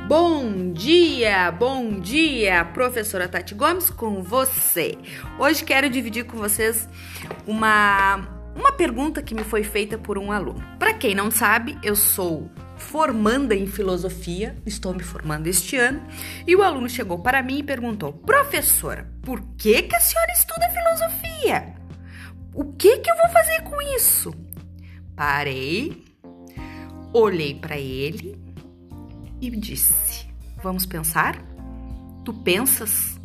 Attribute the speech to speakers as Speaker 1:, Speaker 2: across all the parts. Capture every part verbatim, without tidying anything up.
Speaker 1: Bom dia, bom dia, professora Tati Gomes com você. Hoje quero dividir com vocês uma, uma pergunta que me foi feita por um aluno. Para quem não sabe, eu sou formanda em filosofia, estou me formando este ano, e o aluno chegou para mim e perguntou: professora, por que que a senhora estuda filosofia? O que que eu vou fazer com isso? Parei, olhei para ele e disse: vamos pensar? Tu pensas?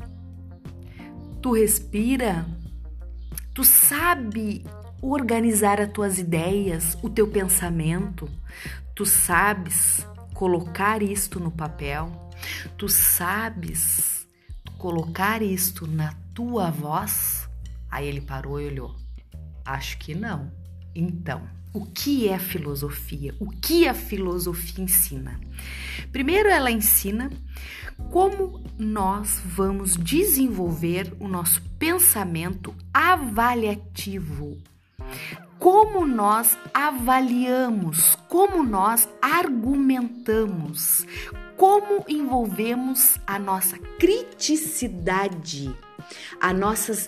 Speaker 1: Tu respira? Tu sabe organizar as tuas ideias, o teu pensamento? Tu sabes colocar isto no papel? Tu sabes colocar isto na tua voz? Aí ele parou e olhou. Acho que não. Então, o que é filosofia? O que a filosofia ensina? Primeiro, ela ensina como nós vamos desenvolver o nosso pensamento avaliativo. Como nós avaliamos, como nós argumentamos, como envolvemos a nossa criticidade, as nossas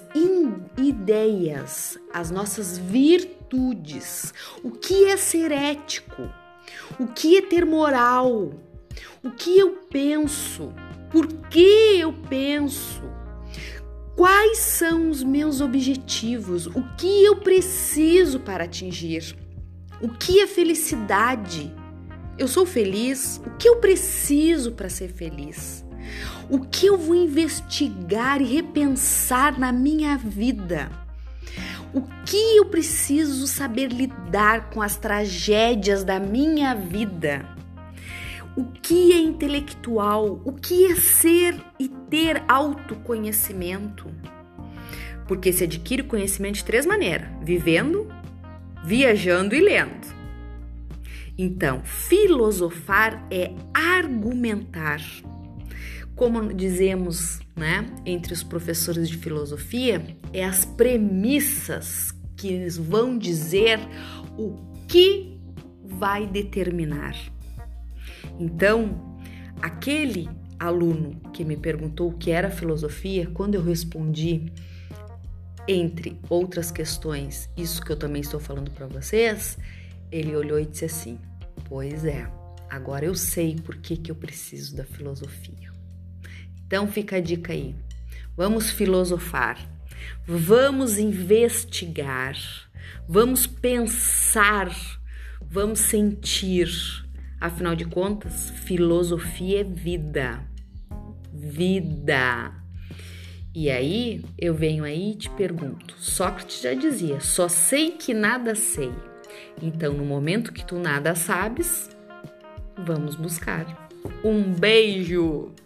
Speaker 1: ideias, as nossas virtudes. O que é ser ético? O que é ter moral? O que eu penso? Por que eu penso? Quais são os meus objetivos? O que eu preciso para atingir? O que é felicidade? Eu sou feliz? O que eu preciso para ser feliz? O que eu vou investigar e repensar na minha vida? O que eu preciso saber lidar com as tragédias da minha vida? O que é intelectual? O que é ser e ter autoconhecimento? Porque se adquire conhecimento de três maneiras: vivendo, viajando e lendo. Então, filosofar é argumentar. Como dizemos, né, entre os professores de filosofia, é as premissas que vão dizer o que vai determinar. Então, aquele aluno que me perguntou o que era filosofia, quando eu respondi, entre outras questões, isso que eu também estou falando para vocês, ele olhou e disse assim: pois é, agora eu sei por que que eu preciso da filosofia. Então fica a dica aí, vamos filosofar, vamos investigar, vamos pensar, vamos sentir. Afinal de contas, filosofia é vida, vida. E aí eu venho aí e te pergunto, Sócrates já dizia, só sei que nada sei. Então no momento que tu nada sabes, vamos buscar. Um beijo!